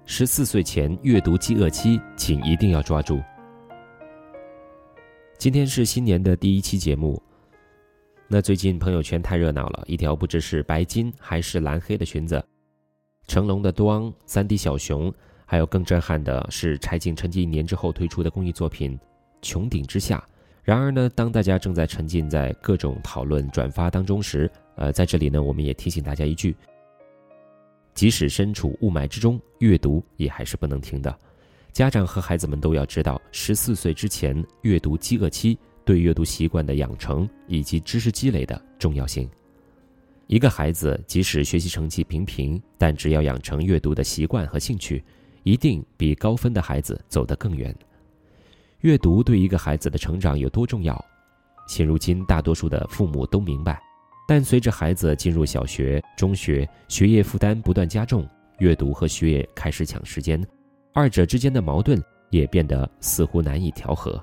14岁前阅读饥饿期，请一定要抓住。今天是新年的第1期节目。那最近朋友圈太热闹了，一条不知是白金还是蓝黑的裙子，成龙的端、3D 小熊，还有更震撼的是柴静沉寂1年之后推出的公益作品《穹顶之下》。然而呢，当大家正在沉浸在各种讨论转发当中时，在这里呢，我们也提醒大家一句，即使身处雾霾之中，阅读也还是不能停的。家长和孩子们都要知道14岁之前阅读饥饿期对阅读习惯的养成以及知识积累的重要性。一个孩子即使学习成绩平平，但只要养成阅读的习惯和兴趣，一定比高分的孩子走得更远。阅读对一个孩子的成长有多重要，现如今大多数的父母都明白，但随着孩子进入小学、中学，学业负担不断加重，阅读和学业开始抢时间，二者之间的矛盾也变得似乎难以调和。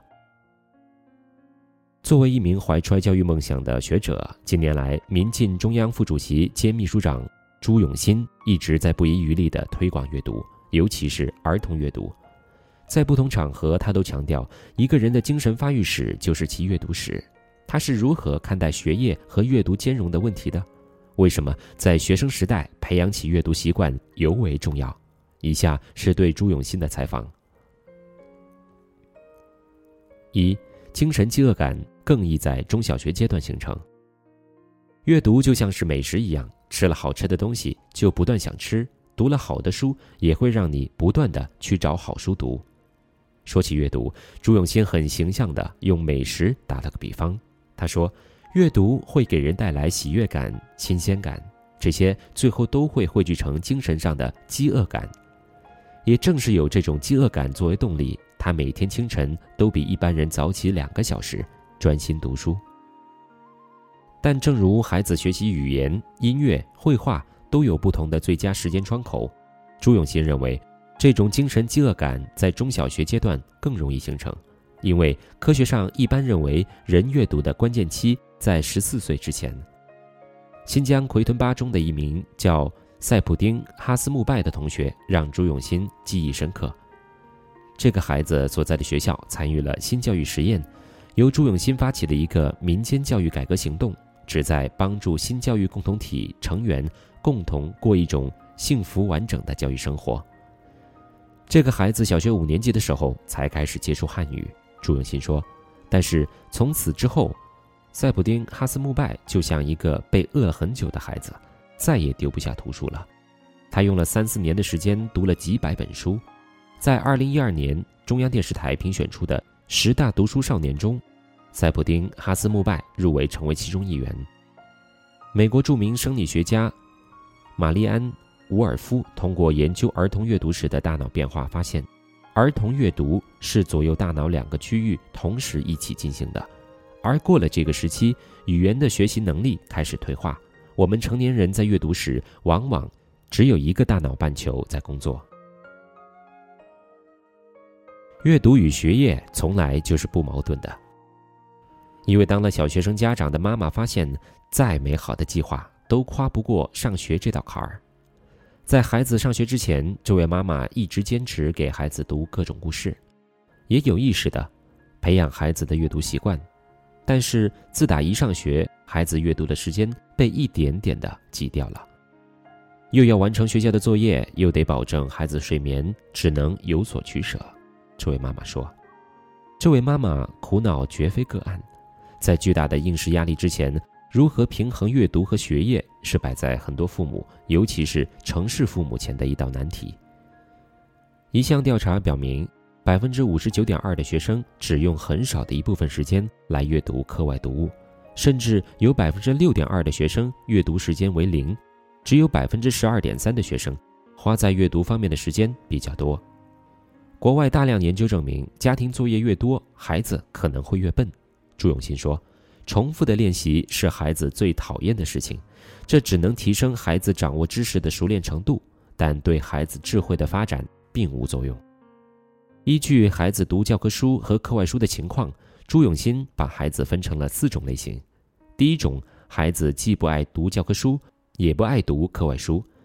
作为一名怀揣教育梦想的学者，近年来民进中央副主席兼秘书长朱永新一直在不遗余力地推广阅读，尤其是儿童阅读。在不同场合，他都强调，一个人的精神发育史就是其阅读史。他是如何看待学业和阅读兼容的问题的？为什么在学生时代培养起阅读习惯尤为重要？以下是对朱永新的采访。1. 精神饥饿感更易在中小学阶段形成。阅读就像是美食一样，吃了好吃的东西就不断想吃，读了好的书也会让你不断地去找好书读。说起阅读，朱永新很形象地用美食打了个比方。他说，阅读会给人带来喜悦感、新鲜感，这些最后都会汇聚成精神上的饥饿感。也正是有这种饥饿感作为动力，他每天清晨都比一般人早起2个小时，专心读书。但正如孩子学习语言、音乐、绘画都有不同的最佳时间窗口，朱永新认为，这种精神饥饿感在中小学阶段更容易形成，因为科学上一般认为人阅读的关键期在14岁之前。新疆奎屯巴中的一名叫塞普丁·哈斯穆拜的同学让朱永新记忆深刻。这个孩子所在的学校参与了新教育实验，由朱永新发起的一个民间教育改革行动，旨在帮助新教育共同体成员共同过一种幸福完整的教育生活。这个孩子小学5年级的时候才开始接触汉语，朱永新说，但是从此之后，塞普丁·哈斯穆拜就像一个被饿了很久的孩子，再也丢不下图书了。他用了3-4年的时间读了几百本书，在2012年中央电视台评选出的10大读书少年中，塞普丁·哈斯穆拜入围成为其中一员。美国著名生理学家玛丽安·伍尔夫通过研究儿童阅读时的大脑变化发现，儿童阅读是左右大脑2个区域同时一起进行的，而过了这个时期，语言的学习能力开始退化。我们成年人在阅读时往往只有一个大脑半球在工作。阅读与学业从来就是不矛盾的。一位当了小学生家长的妈妈发现，再美好的计划都跨不过上学这道坎儿。在孩子上学之前，这位妈妈一直坚持给孩子读各种故事，也有意识地培养孩子的阅读习惯。但是自打一上学，孩子阅读的时间被一点点地挤掉了，又要完成学校的作业，又得保证孩子睡眠，只能有所取舍。这位妈妈说，这位妈妈苦恼绝非个案，在巨大的应试压力之前，如何平衡阅读和学业是摆在很多父母，尤其是城市父母前的一道难题。一项调查表明，59.2% 的学生只用很少的一部分时间来阅读课外读物，甚至有6.2% 的学生阅读时间为0，只有12.3% 的学生花在阅读方面的时间比较多。国外大量研究证明，家庭作业越多，孩子可能会越笨。朱永新说，重复的练习是孩子最讨厌的事情，这只能提升孩子掌握知识的熟练程度，但对孩子智慧的发展并无作用。依据孩子读教科书和课外书的情况，朱永新把孩子分成了4种类型。第一种，孩子既不爱读教科书，也不爱读课外书。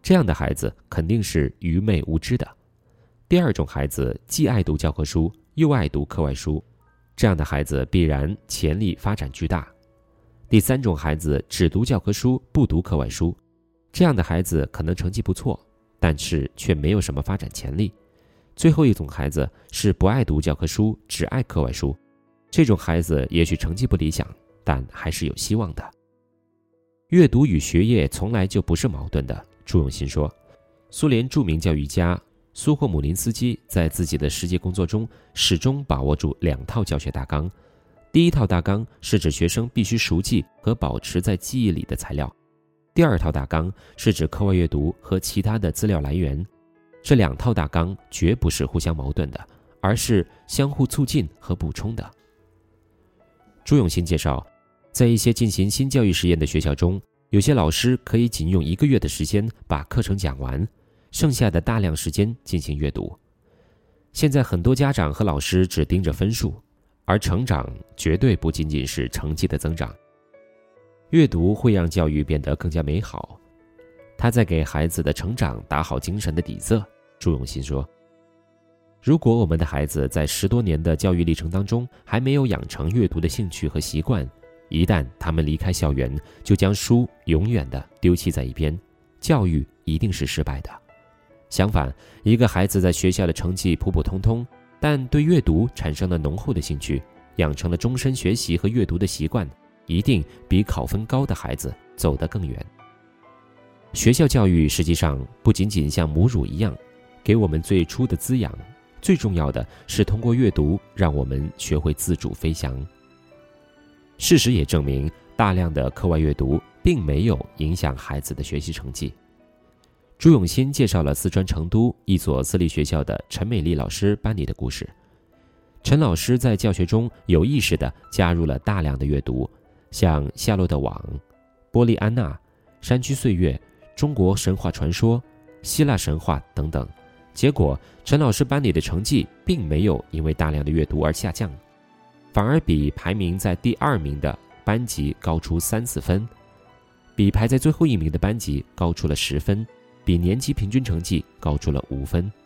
这样的孩子肯定是愚昧无知的。第二种孩子既爱读教科书又爱读课外书，这样的孩子必然潜力发展巨大。第三种孩子只读教科书不读课外书，这样的孩子可能成绩不错，但是却没有什么发展潜力。最后一种孩子是不爱读教科书只爱课外书，这种孩子也许成绩不理想，但还是有希望的。阅读与学业从来就不是矛盾的，朱永新说。苏联著名教育家苏霍姆林斯基在自己的实际工作中始终把握住2套教学大纲。第一套大纲是指学生必须熟记和保持在记忆里的材料，第二套大纲是指课外阅读和其他的资料来源。这2套大纲绝不是互相矛盾的，而是相互促进和补充的。朱永新介绍，在一些进行新教育实验的学校中，有些老师可以仅用1个月的时间把课程讲完，剩下的大量时间进行阅读。现在很多家长和老师只盯着分数，而成长绝对不仅仅是成绩的增长。阅读会让教育变得更加美好，它在给孩子的成长打好精神的底色，朱永新说。如果我们的孩子在10多年的教育历程当中还没有养成阅读的兴趣和习惯，一旦他们离开校园，就将书永远地丢弃在一边，教育一定是失败的。相反，一个孩子在学校的成绩普普通通，但对阅读产生了浓厚的兴趣，养成了终身学习和阅读的习惯，一定比考分高的孩子走得更远。学校教育实际上不仅仅像母乳一样，给我们最初的滋养，最重要的是通过阅读让我们学会自主飞翔。事实也证明，大量的课外阅读并没有影响孩子的学习成绩。朱永新介绍了四川成都一所私立学校的陈美丽老师班里的故事。陈老师在教学中有意识地加入了大量的阅读，像《夏洛的网》、波利安娜、山居岁月、中国神话传说、希腊神话等等。结果，陈老师班里的成绩并没有因为大量的阅读而下降，反而比排名在第2名的班级高出3-4分，比排在最后1名的班级高出了10分，比年级平均成绩高出了5分。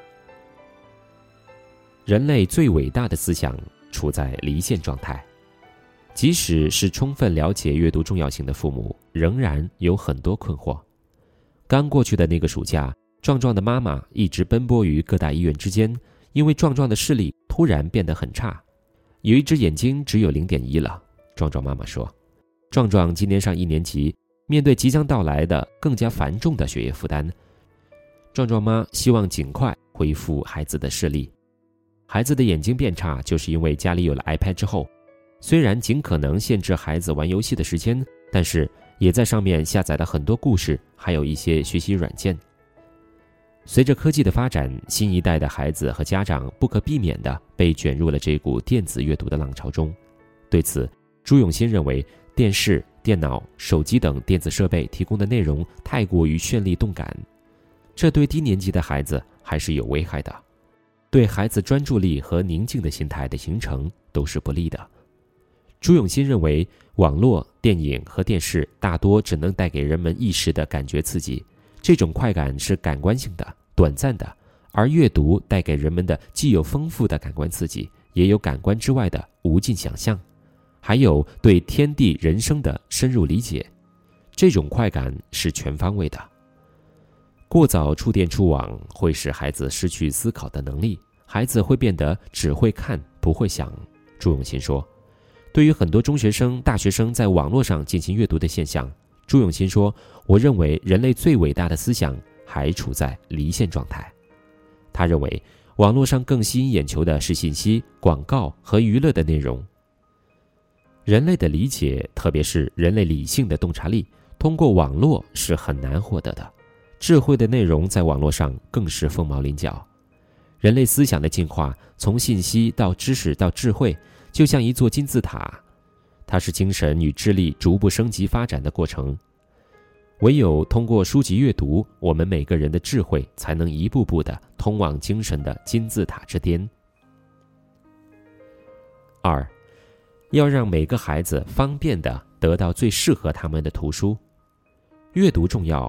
人类最伟大的思想处在离线状态，即使是充分了解阅读重要性的父母，仍然有很多困惑。刚过去的那个暑假，壮壮的妈妈一直奔波于各大医院之间，因为壮壮的视力突然变得很差，有一只眼睛只有 0.1 了。壮壮妈妈说，壮壮今年上1年级，面对即将到来的更加繁重的学业负担，壮壮妈希望尽快恢复孩子的视力。孩子的眼睛变差，就是因为家里有了 iPad 之后，虽然尽可能限制孩子玩游戏的时间，但是也在上面下载了很多故事，还有一些学习软件。随着科技的发展，新一代的孩子和家长不可避免地被卷入了这股电子阅读的浪潮中。对此，朱永新认为，电视、电脑、手机等电子设备提供的内容太过于绚丽动感，这对低年级的孩子还是有危害的，对孩子专注力和宁静的心态的形成都是不利的。朱永新认为，网络、电影和电视大多只能带给人们一时的感觉刺激，这种快感是感官性的、短暂的，而阅读带给人们的既有丰富的感官刺激，也有感官之外的无尽想象，还有对天地人生的深入理解，这种快感是全方位的。过早触电触网会使孩子失去思考的能力，孩子会变得只会看不会想。朱永新说，对于很多中学生、大学生在网络上进行阅读的现象，朱永新说，我认为人类最伟大的思想还处在离线状态。他认为，网络上更吸引眼球的是信息、广告和娱乐的内容。人类的理解，特别是人类理性的洞察力，通过网络是很难获得的。智慧的内容在网络上更是凤毛麟角。人类思想的进化，从信息到知识到智慧，就像一座金字塔，它是精神与智力逐步升级发展的过程。唯有通过书籍阅读，我们每个人的智慧才能一步步地通往精神的金字塔之巅。2. 要让每个孩子方便地得到最适合他们的图书。阅读重要，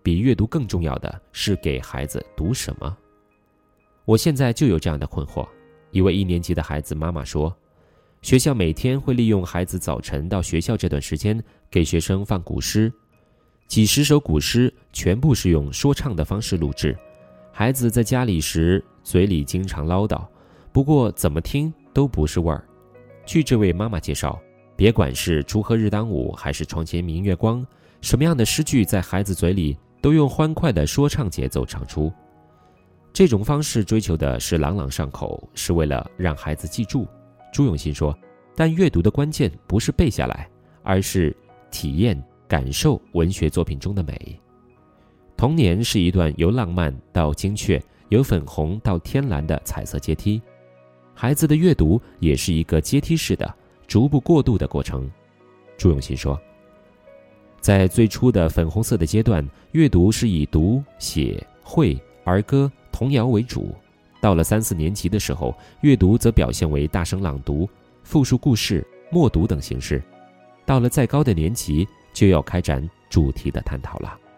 比阅读更重要的是给孩子读什么。我现在就有这样的困惑。一位1年级的孩子妈妈说，学校每天会利用孩子早晨到学校这段时间给学生放古诗，几十首古诗全部是用说唱的方式录制，孩子在家里时嘴里经常唠叨，不过怎么听都不是味儿。据这位妈妈介绍，别管是锄禾日当午还是床前明月光，什么样的诗句在孩子嘴里都用欢快的说唱节奏唱出。这种方式追求的是朗朗上口，是为了让孩子记住。朱永新说，但阅读的关键不是背下来，而是体验感受文学作品中的美。童年是一段由浪漫到精确，由粉红到天蓝的彩色阶梯，孩子的阅读也是一个阶梯式的逐步过渡的过程。朱永新说，在最初的粉红色的阶段，阅读是以读、写、绘、儿歌、童谣为主，到了3、4年级的时候，阅读则表现为大声朗读、复述故事、默读等形式，到了再高的年级就要开展主题的探讨了。